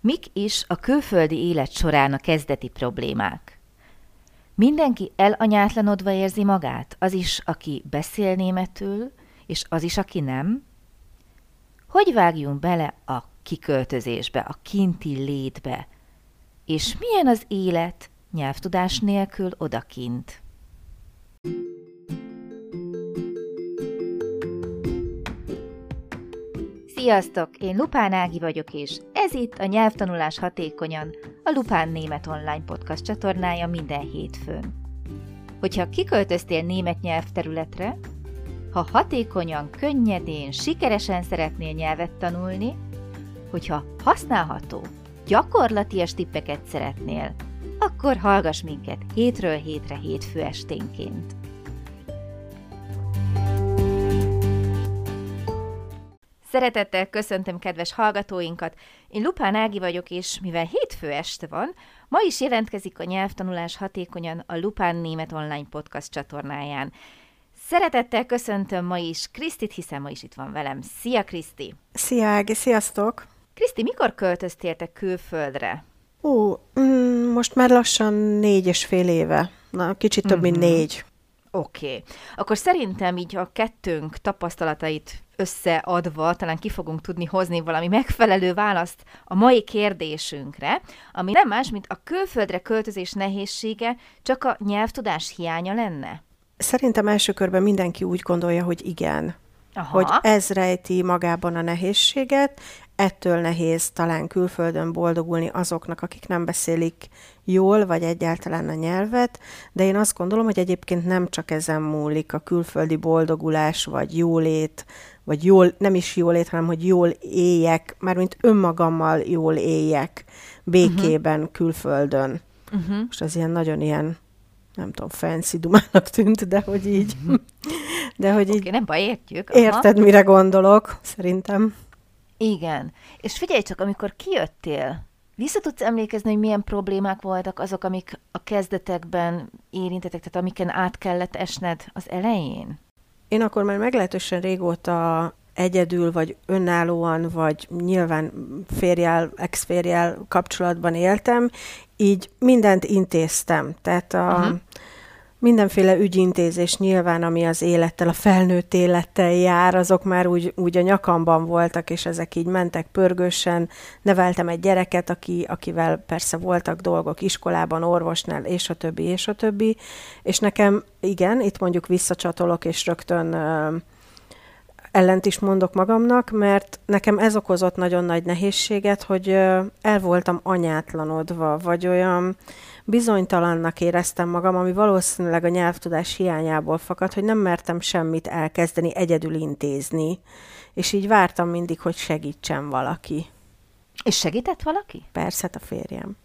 Mik is a külföldi élet során a kezdeti problémák? Mindenki elanyátlanodva érzi magát, az is, aki beszél németül, és az is, aki nem? Hogy vágjunk bele a kiköltözésbe, a kinti létbe? És milyen az élet nyelvtudás nélkül odakint? Sziasztok! Én Lupán Ági vagyok, és ez itt a Nyelvtanulás hatékonyan, a Lupán Német Online Podcast csatornája minden hétfőn. Hogyha kiköltöztél német nyelvterületre, ha hatékonyan, könnyedén, sikeresen szeretnél nyelvet tanulni, hogyha használható, gyakorlatias tippeket szeretnél, akkor hallgass minket hétről hétre hétfő esténként. Szeretettel köszöntöm kedves hallgatóinkat, én Lupán Ági vagyok, és mivel hétfő este van, ma is jelentkezik a Nyelvtanulás hatékonyan a Lupán Német Online Podcast csatornáján. Szeretettel köszöntöm ma is Krisztit, hiszen ma is itt van velem. Szia, Kriszti! Szia, Ági, sziasztok! Kriszti, mikor költöztél te külföldre? Most már lassan 4,5 éve. Na, kicsit több, mint 4. Oké. Akkor szerintem így a kettőnk tapasztalatait összeadva talán ki fogunk tudni hozni valami megfelelő választ a mai kérdésünkre, ami nem más, mint a külföldre költözés nehézsége csak a nyelvtudás hiánya lenne? Szerintem első körben mindenki úgy gondolja, hogy igen. Aha. Hogy ez rejti magában a nehézséget, ettől nehéz talán külföldön boldogulni azoknak, akik nem beszélik jól, vagy egyáltalán a nyelvet, de én azt gondolom, hogy egyébként nem csak ezen múlik a külföldi boldogulás, vagy jólét, vagy nem is jólét, hanem hogy jól éljek, mármint önmagammal jól éljek békében külföldön. Most az ilyen nagyon ilyen, nem tudom, fancy dumának tűnt, de hogy így. Oké, nem baj, értjük. Aha. Érted, mire gondolok, szerintem. Igen. És figyelj csak, amikor kijöttél, vissza tudsz emlékezni, hogy milyen problémák voltak azok, amik a kezdetekben érintettek, tehát amiken át kellett esned az elején? Én akkor már meglehetősen régóta egyedül, vagy önállóan, vagy nyilván ex-férjel kapcsolatban éltem, így mindent intéztem. Tehát mindenféle ügyintézés nyilván, ami az élettel, a felnőtt élettel jár, azok már úgy a nyakamban voltak, és ezek így mentek pörgősen. Neveltem egy gyereket, akivel persze voltak dolgok iskolában, orvosnál, és a többi, és a többi. És nekem, igen, itt mondjuk visszacsatolok, és rögtön ellent is mondok magamnak, mert nekem ez okozott nagyon nagy nehézséget, hogy el voltam anyátlanodva, vagy olyan bizonytalannak éreztem magam, ami valószínűleg a nyelvtudás hiányából fakad, hogy nem mertem semmit elkezdeni, egyedül intézni, és így vártam mindig, hogy segítsen valaki. És segített valaki? Persze, hát a férjem.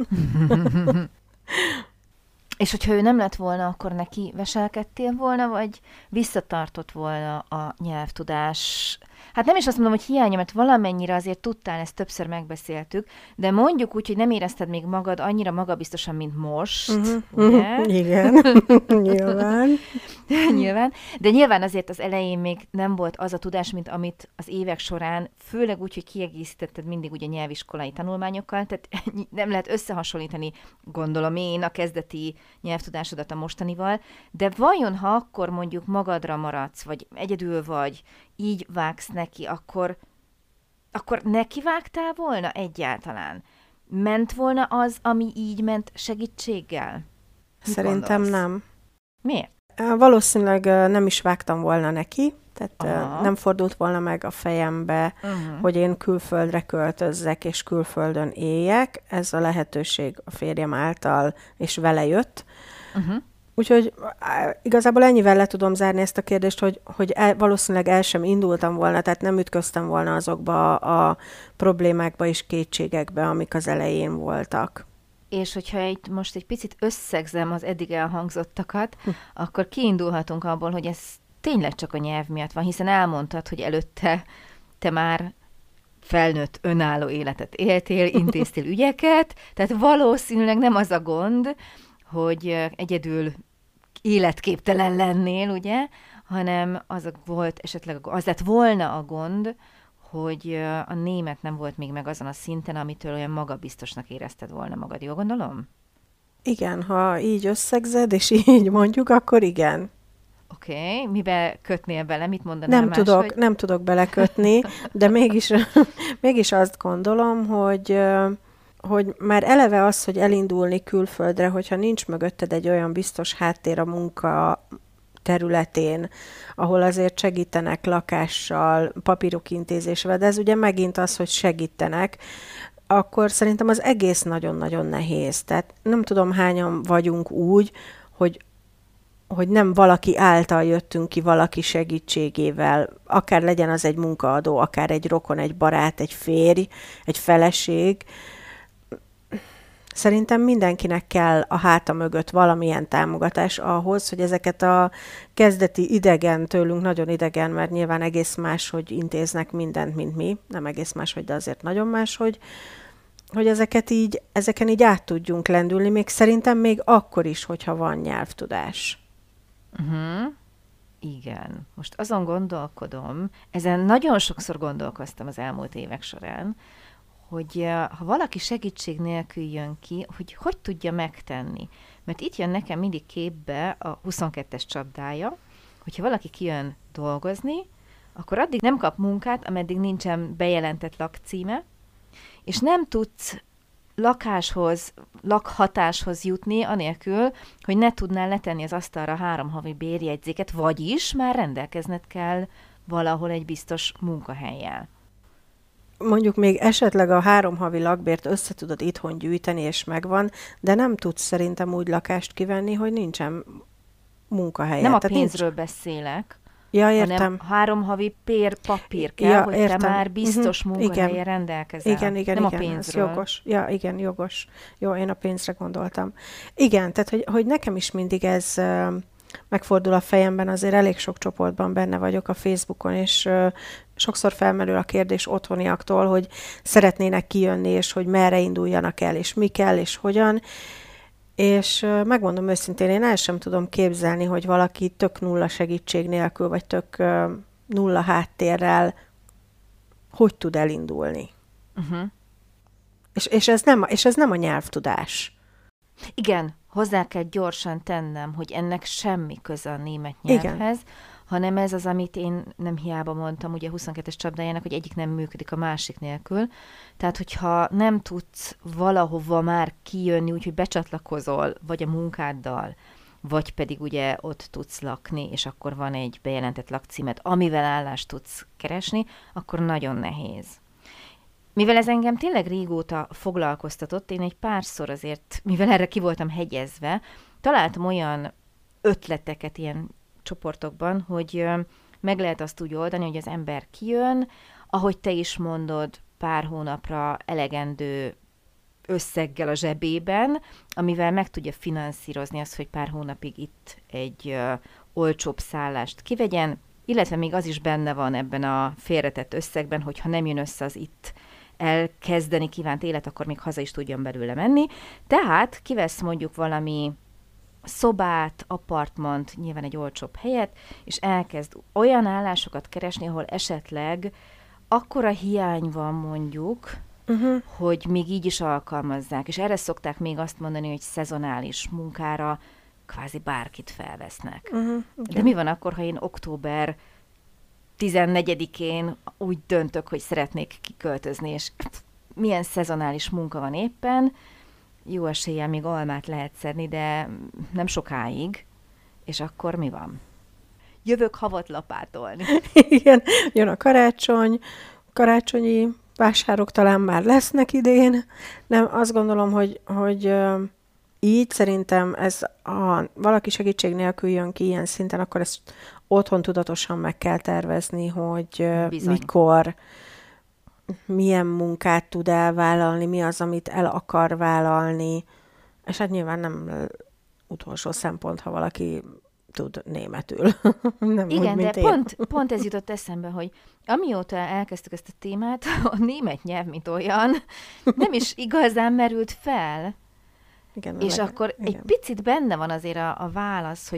És hogyha ő nem lett volna, akkor neki veselkedtél volna, vagy visszatartott volna a nyelvtudás? Hát nem is azt mondom, hogy hiánya, mert valamennyire azért tudtál, ezt többször megbeszéltük, de mondjuk úgy, hogy nem érezted még magad annyira magabiztosan, mint most, ugye? Igen, nyilván. Nyilván. De nyilván azért az elején még nem volt az a tudás, mint amit az évek során, főleg úgy, hogy kiegészítetted mindig ugye nyelviskolai tanulmányokkal, tehát nem lehet összehasonlítani, gondolom én, a kezdeti nyelvtudásodat a mostanival, de vajon, ha akkor mondjuk magadra maradsz, vagy egyedül vagy, így vágsz neki, akkor nekivágtál volna egyáltalán? Ment volna az, ami így ment segítséggel? Mit Szerintem gondolsz? nem. Miért? Valószínűleg nem is vágtam volna neki, tehát nem fordult volna meg a fejembe, hogy én külföldre költözzek és külföldön éljek. Ez a lehetőség a férjem által és vele jött. Úgyhogy igazából ennyivel le tudom zárni ezt a kérdést, hogy valószínűleg el sem indultam volna, tehát nem ütköztem volna azokba a problémákba és kétségekbe, amik az elején voltak. És hogyha itt most egy picit összegzem az eddig elhangzottakat, akkor kiindulhatunk abból, hogy ez tényleg csak a nyelv miatt van, hiszen elmondtad, hogy előtte te már felnőtt, önálló életet éltél, intéztél ügyeket, tehát valószínűleg nem az a gond, hogy egyedül életképtelen lennél, ugye, hanem az lett volna a gond, hogy a német nem volt még meg azon a szinten, amitől olyan magabiztosnak érezted volna magad. Jól gondolom? Igen, ha így összegzed, és így mondjuk, akkor igen. Oké, mivel kötnél bele? Mit mondanál máshogy? Nem tudok belekötni, de mégis azt gondolom, hogy már eleve az, hogy elindulni külföldre, hogyha nincs mögötted egy olyan biztos háttér a munka területén, ahol azért segítenek lakással, papírok intézésével, de ez ugye megint az, hogy segítenek, akkor szerintem az egész nagyon-nagyon nehéz. Tehát nem tudom, hányan vagyunk úgy, hogy nem valaki által jöttünk ki valaki segítségével, akár legyen az egy munkaadó, akár egy rokon, egy barát, egy férj, egy feleség. Szerintem mindenkinek kell a háta mögött valamilyen támogatás ahhoz, hogy ezeket a kezdeti idegen, tőlünk nagyon idegen, mert nyilván egész máshogy intéznek mindent, mint mi, nem egész máshogy, de azért nagyon máshogy, hogy ezeken így át tudjunk lendülni, még szerintem még akkor is, hogyha van nyelvtudás. Igen. Most azon gondolkodom, ezen nagyon sokszor gondolkoztam az elmúlt évek során, hogy ha valaki segítség nélkül jön ki, hogy tudja megtenni. Mert itt jön nekem mindig képbe a 22-es csapdája, hogyha valaki kijön dolgozni, akkor addig nem kap munkát, ameddig nincsen bejelentett lakcíme, és nem tudsz lakhatáshoz jutni, anélkül, hogy ne tudnál letenni az asztalra 3 havi bérjegyzéket, vagyis már rendelkezned kell valahol egy biztos munkahellyel. Mondjuk még esetleg a 3 havi lakbért össze tudod itthon gyűjteni, és megvan, de nem tudsz szerintem úgy lakást kivenni, hogy nincsen munkahelye. Nem a pénzről beszélek, ja, értem. hanem 3 havi papír kell, hogy értem. Te már biztos munkahelyen rendelkezel. Igen, nem a pénzről. Jogos. Ja, igen, jogos. Jó, én a pénzre gondoltam. Igen, tehát hogy nekem is mindig ez megfordul a fejemben, azért elég sok csoportban benne vagyok a Facebookon, és sokszor felmerül a kérdés otthoniaktól, hogy szeretnének kijönni, és hogy merre induljanak el, és mi kell, és hogyan. És megmondom őszintén, én el sem tudom képzelni, hogy valaki tök nulla segítség nélkül, vagy tök nulla háttérrel hogy tud elindulni. És ez nem a nyelvtudás. Igen, hozzá kell gyorsan tennem, hogy ennek semmi köze a német nyelvhez, hanem ez az, amit én nem hiába mondtam, ugye a 22-es csapdájának, hogy egyik nem működik a másik nélkül. Tehát, hogyha nem tudsz valahova már kijönni, úgyhogy becsatlakozol, vagy a munkáddal, vagy pedig ugye ott tudsz lakni, és akkor van egy bejelentett lakcímet, amivel állást tudsz keresni, akkor nagyon nehéz. Mivel ez engem tényleg régóta foglalkoztatott, én egy párszor azért, mivel erre ki voltam hegyezve, találtam olyan ötleteket ilyen csoportokban, hogy meg lehet azt úgy oldani, hogy az ember kijön, ahogy te is mondod, pár hónapra elegendő összeggel a zsebében, amivel meg tudja finanszírozni azt, hogy pár hónapig itt egy olcsóbb szállást kivegyen, illetve még az is benne van ebben a félretett összegben, hogyha nem jön össze az itt elkezdeni kívánt élet, akkor még haza is tudjon belőle menni. Tehát kivesz mondjuk valami szobát, apartmant, nyilván egy olcsóbb helyet, és elkezd olyan állásokat keresni, ahol esetleg akkora hiány van mondjuk, hogy még így is alkalmazzák. És erre szokták még azt mondani, hogy szezonális munkára kvázi bárkit felvesznek. De mi van akkor, ha én október 14-én úgy döntök, hogy szeretnék kiköltözni, és milyen szezonális munka van éppen, jó eséllyel még almát lehet szedni, de nem sokáig, és akkor mi van? Jövök havat lapátolni. Igen, jön a karácsonyi vásárok talán már lesznek idén. Nem, azt gondolom, hogy így szerintem ez, ha valaki segítség nélkül jön ki ilyen szinten, akkor ezt otthon tudatosan meg kell tervezni, hogy mikor, milyen munkát tud elvállalni, mi az, amit el akar vállalni, és hát nyilván nem utolsó szempont, ha valaki tud németül. Nem igen, úgy, de pont ez jutott eszembe, hogy amióta elkezdtük ezt a témát, a német nyelv, mint olyan, nem is igazán merült fel. Igen, és akkor egy picit benne van azért a válasz, hogy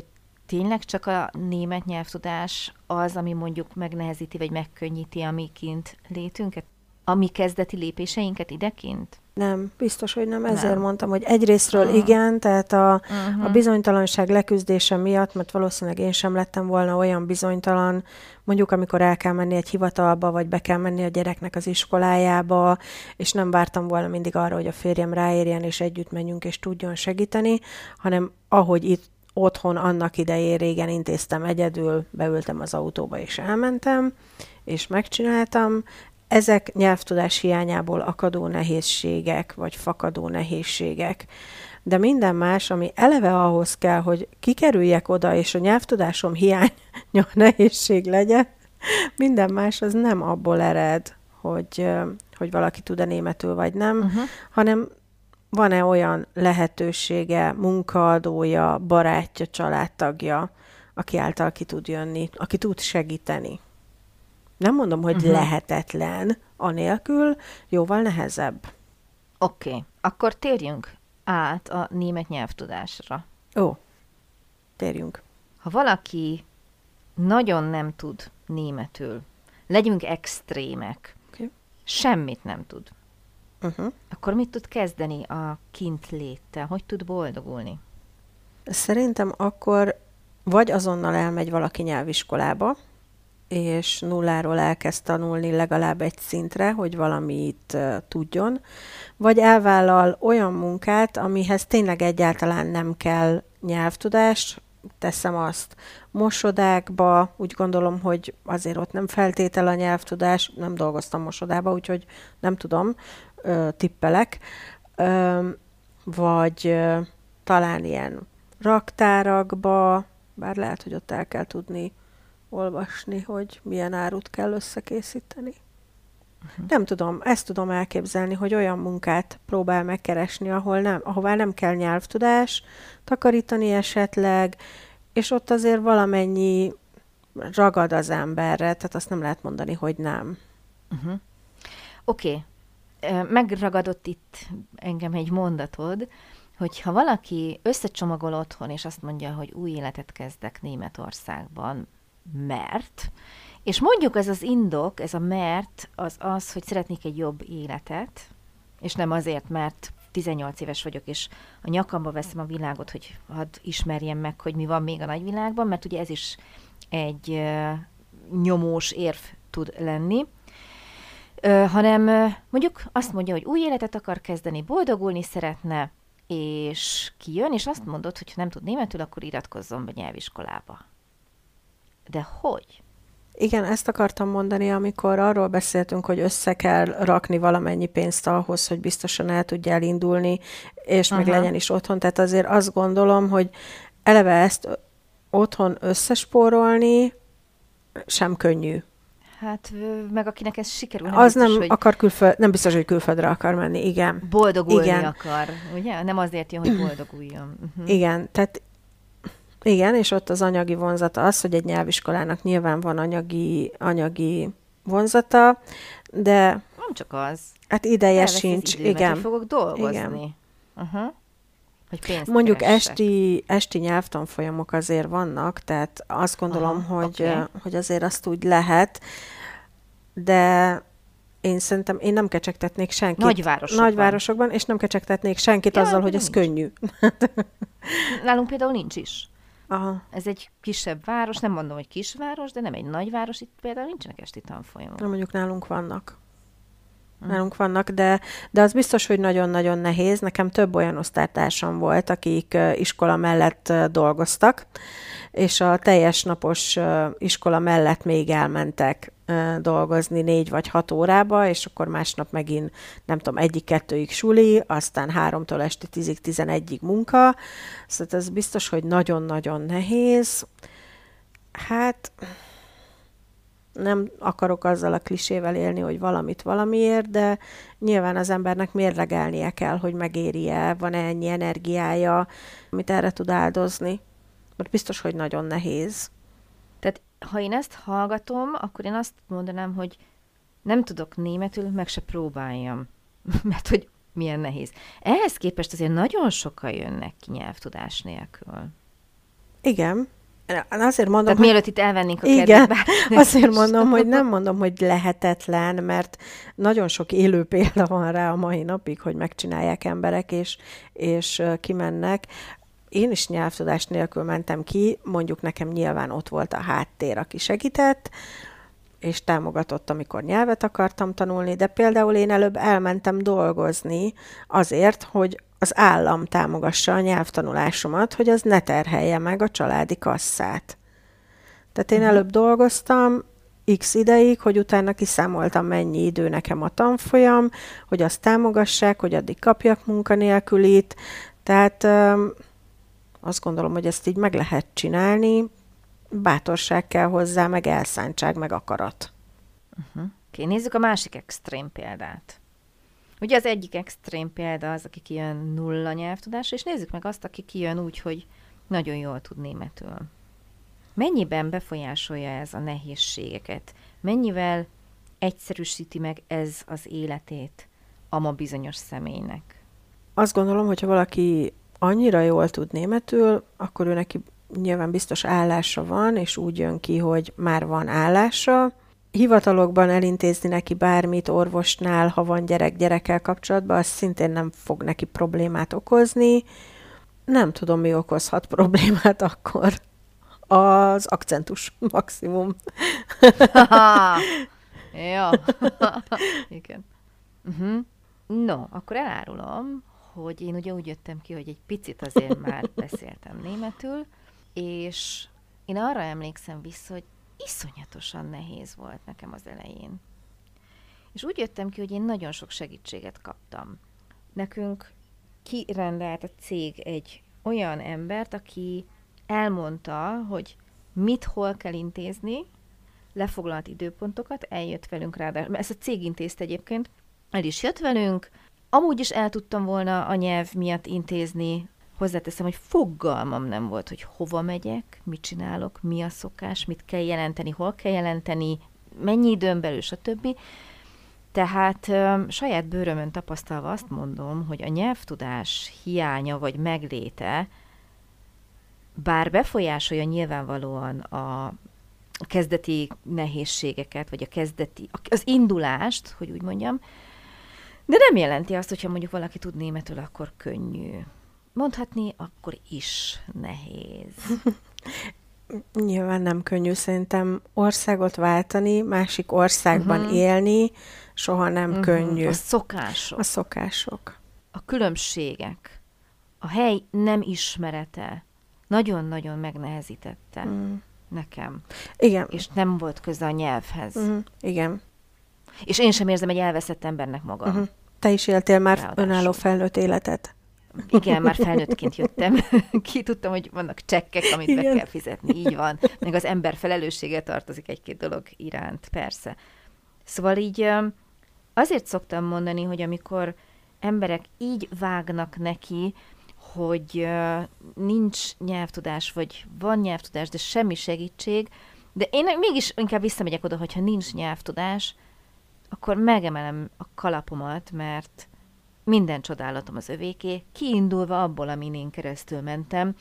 tényleg csak a német nyelvtudás az, ami mondjuk megnehezíti, vagy megkönnyíti a mi kint létünket? A mi kezdeti lépéseinket idekint? Nem, biztos, hogy nem. Ezért mondtam, hogy egyrésztről igen, tehát a bizonytalanság leküzdése miatt, mert valószínűleg én sem lettem volna olyan bizonytalan, mondjuk amikor el kell menni egy hivatalba, vagy be kell menni a gyereknek az iskolájába, és nem vártam volna mindig arra, hogy a férjem ráérjen, és együtt menjünk, és tudjon segíteni, hanem ahogy itt otthon annak idején régen intéztem egyedül, beültem az autóba, és elmentem, és megcsináltam. Ezek nyelvtudás hiányából akadó nehézségek, vagy fakadó nehézségek. De minden más, ami eleve ahhoz kell, hogy kikerüljek oda, és a nyelvtudásom hiánya nehézség legyen, minden más az nem abból ered, hogy valaki tud-e németül, vagy nem, hanem van-e olyan lehetősége, munkaadója, barátja, családtagja, aki által ki tud jönni, aki tud segíteni. Nem mondom, hogy lehetetlen, anélkül jóval nehezebb. Oké, akkor térjünk át a német nyelvtudásra. Ó, térjünk. Ha valaki nagyon nem tud németül, legyünk extrémek, semmit nem tud, akkor mit tud kezdeni a kint léttel? Hogy tud boldogulni? Szerintem akkor vagy azonnal elmegy valaki nyelviskolába, és nulláról elkezd tanulni legalább egy szintre, hogy valamit tudjon, vagy elvállal olyan munkát, amihez tényleg egyáltalán nem kell nyelvtudás, teszem azt mosodákba, úgy gondolom, hogy azért ott nem feltétel a nyelvtudás, nem dolgoztam mosodába, úgyhogy nem tudom, tippelek, vagy talán ilyen raktárakba, bár lehet, hogy ott el kell tudni olvasni, hogy milyen árut kell összekészíteni. Nem tudom, ezt tudom elképzelni, hogy olyan munkát próbál megkeresni, ahová nem kell nyelvtudás, takarítani esetleg, és ott azért valamennyi ragad az emberre, tehát azt nem lehet mondani, hogy nem. Oké. Megragadott itt engem egy mondatod, hogy ha valaki összecsomagol otthon, és azt mondja, hogy új életet kezdek Németországban, mert, és mondjuk ez az indok, ez a mert, az, hogy szeretnék egy jobb életet, és nem azért, mert 18 éves vagyok, és a nyakamba veszem a világot, hogy hadd ismerjem meg, hogy mi van még a nagyvilágban, mert ugye ez is egy nyomós érv tud lenni, hanem mondjuk azt mondja, hogy új életet akar kezdeni, boldogulni szeretne, és kijön, és azt mondod, hogy ha nem tud németül, akkor iratkozzon be nyelviskolába. De hogy? Igen, ezt akartam mondani, amikor arról beszéltünk, hogy össze kell rakni valamennyi pénzt ahhoz, hogy biztosan el tudja elindulni, és még legyen is otthon. Tehát azért azt gondolom, hogy eleve ezt otthon összespórolni sem könnyű. Hát, meg akinek ez sikerül. Az biztos, nem akar nem biztos, hogy külföldre akar menni, igen. Boldogulni akar, ugye? Nem azért jön, hogy boldoguljon. Igen, tehát igen, és ott az anyagi vonzata az, hogy egy nyelviskolának nyilván van anyagi vonzata, de... Nem csak az. Hát ideje sincs, igen. Fogok dolgozni. Igen. Hogy pénzt mondjuk keressek. esti nyelvtanfolyamok azért vannak, tehát azt gondolom, hogy azért azt úgy lehet, de én szerintem én nem kecsegtetnék senkit. Nagyvárosokban, és nem kecsegtetnék senkit azzal, hogy ez könnyű. Nálunk például nincs is. Aha. Ez egy kisebb város, nem mondom, hogy kisváros, de nem egy nagyváros, itt például nincsenek esti tanfolyamok. Na, mondjuk nálunk vannak. Nálunk vannak, de az biztos, hogy nagyon-nagyon nehéz. Nekem több olyan osztálytársam volt, akik iskola mellett dolgoztak, és a teljes napos iskola mellett még elmentek dolgozni 4 vagy 6 órába, és akkor másnap megint, nem tudom, 1-2-ig suli, aztán 3-tól esti 10-ig, 11-ig munka. Szóval ez biztos, hogy nagyon-nagyon nehéz. Hát... nem akarok azzal a klisével élni, hogy valamit valamiért, de nyilván az embernek mérlegelnie kell, hogy megéri-e, van-e ennyi energiája, amit erre tud áldozni. Mert biztos, hogy nagyon nehéz. Tehát, ha én ezt hallgatom, akkor én azt mondanám, hogy nem tudok németül, meg se próbáljam. Mert hogy milyen nehéz. Ehhez képest azért nagyon sokan jönnek ki nyelvtudás nélkül. Igen. Azért mondom, tehát mielőtt itt elvennénk a igen, kedvet. azért mondom, hogy nem mondom, hogy lehetetlen, mert nagyon sok élő példa van rá a mai napig, hogy megcsinálják emberek, és kimennek. Én is nyelvtudás nélkül mentem ki, mondjuk nekem nyilván ott volt a háttér, aki segített, és támogatott, amikor nyelvet akartam tanulni, de például én előbb elmentem dolgozni azért, hogy az állam támogassa a nyelvtanulásomat, hogy az ne terhelje meg a családi kasszát. Tehát én előbb dolgoztam x ideig, hogy utána kiszámoltam, mennyi idő nekem a tanfolyam, hogy azt támogassák, hogy addig kapjak munkanélkülit. Tehát azt gondolom, hogy ezt így meg lehet csinálni, bátorság kell hozzá, meg elszántság, meg akarat. Oké, nézzük a másik extrém példát. Ugye az egyik extrém példa az, aki kijön nulla nyelvtudás, és nézzük meg azt, aki kijön úgy, hogy nagyon jól tud németül. Mennyiben befolyásolja ez a nehézségeket? Mennyivel egyszerűsíti meg ez az életét a ma bizonyos személynek? Azt gondolom, hogyha valaki annyira jól tud németül, akkor ő neki nyilván biztos állása van, és úgy jön ki, hogy már van állása. Hivatalokban elintézni neki bármit, orvosnál, ha van gyerekkel kapcsolatban, az szintén nem fog neki problémát okozni. Nem tudom, mi okozhat problémát akkor. Az akcentus maximum. Jó. Igen. No, akkor elárulom, hogy én ugye úgy jöttem ki, hogy egy picit azért már beszéltem németül, és én arra emlékszem vissza, hogy iszonyatosan nehéz volt nekem az elején. És úgy jöttem ki, hogy én nagyon sok segítséget kaptam. Nekünk kirendelt a cég egy olyan embert, aki elmondta, hogy mit hol kell intézni, lefoglalt időpontokat, eljött velünk rá, de ezt a cég intézte egyébként, el is jött velünk, amúgy is el tudtam volna a nyelv miatt intézni, hozzáteszem, hogy fogalmam nem volt, hogy hova megyek, mit csinálok, mi a szokás, mit kell jelenteni, hol kell jelenteni, mennyi időn belül, stb. Tehát saját bőrömön tapasztalva azt mondom, hogy a nyelvtudás hiánya vagy megléte, bár befolyásolja nyilvánvalóan a kezdeti nehézségeket, vagy az indulást, hogy úgy mondjam, de nem jelenti azt, hogyha mondjuk valaki tud németül, akkor könnyű. Mondhatni, akkor is nehéz. Nyilván nem könnyű, szerintem országot váltani, másik országban élni, soha nem könnyű. A szokások. A szokások. A különbségek. A hely nem ismerete. Nagyon-nagyon megnehezítette nekem. Igen. És nem volt köze a nyelvhez. Igen. És én sem érzem egy elveszett embernek magam. Te is éltél már Ráadásul önálló felnőtt életet? Igen, már felnőttként jöttem. Ki tudtam, hogy vannak csekkek, amit be kell fizetni. Így van. Meg az ember felelőssége tartozik egy-két dolog iránt, persze. Szóval így azért szoktam mondani, hogy amikor emberek így vágnak neki, hogy nincs nyelvtudás, vagy van nyelvtudás, de semmi segítség, de én mégis inkább visszamegyek oda, hogyha nincs nyelvtudás, akkor megemelem a kalapomat, mert minden csodálatom az övéké, kiindulva abból, amin én keresztül mentem,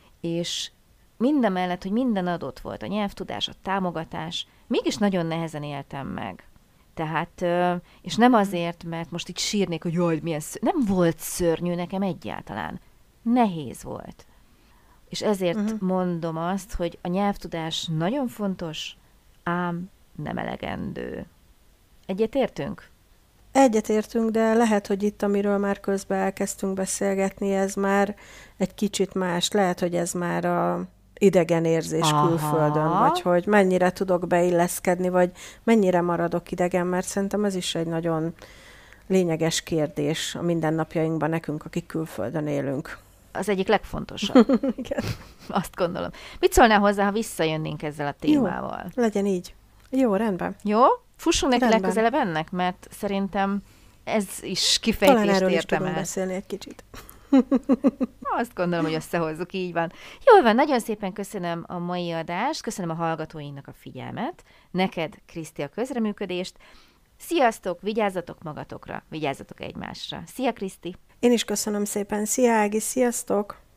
és mindamellett, hogy minden adott volt, a nyelvtudás, a támogatás, mégis nagyon nehezen éltem meg. Tehát, és nem azért, mert most így sírnék, hogy jaj, milyen nem volt szörnyű nekem egyáltalán. Nehéz volt. És ezért mondom azt, hogy a nyelvtudás nagyon fontos, ám nem elegendő. Egyetértünk? Egyetértünk, de lehet, hogy itt, amiről már közben elkezdtünk beszélgetni, ez már egy kicsit más. Lehet, hogy ez már a idegen érzés külföldön, vagy hogy mennyire tudok beilleszkedni, vagy mennyire maradok idegen, mert szerintem ez is egy nagyon lényeges kérdés a mindennapjainkban nekünk, akik külföldön élünk. Az egyik legfontosabb. Igen. Azt gondolom. Mit szólnál hozzá, ha visszajönnénk ezzel a témával? Jó, legyen így. Jó, rendben. Jó? Fussunk neki legközelebb ennek, mert szerintem ez is kifejtést talán erről érdemel. is tudunk beszélni egy kicsit. Azt gondolom, hogy összehozzuk, így van. Jól van, nagyon szépen köszönöm a mai adást, köszönöm a hallgatóinknak a figyelmet, neked, Kriszti, a közreműködést. Sziasztok, vigyázzatok magatokra, vigyázzatok egymásra. Szia, Kriszti! Én is köszönöm szépen. Szia, Ági, sziasztok!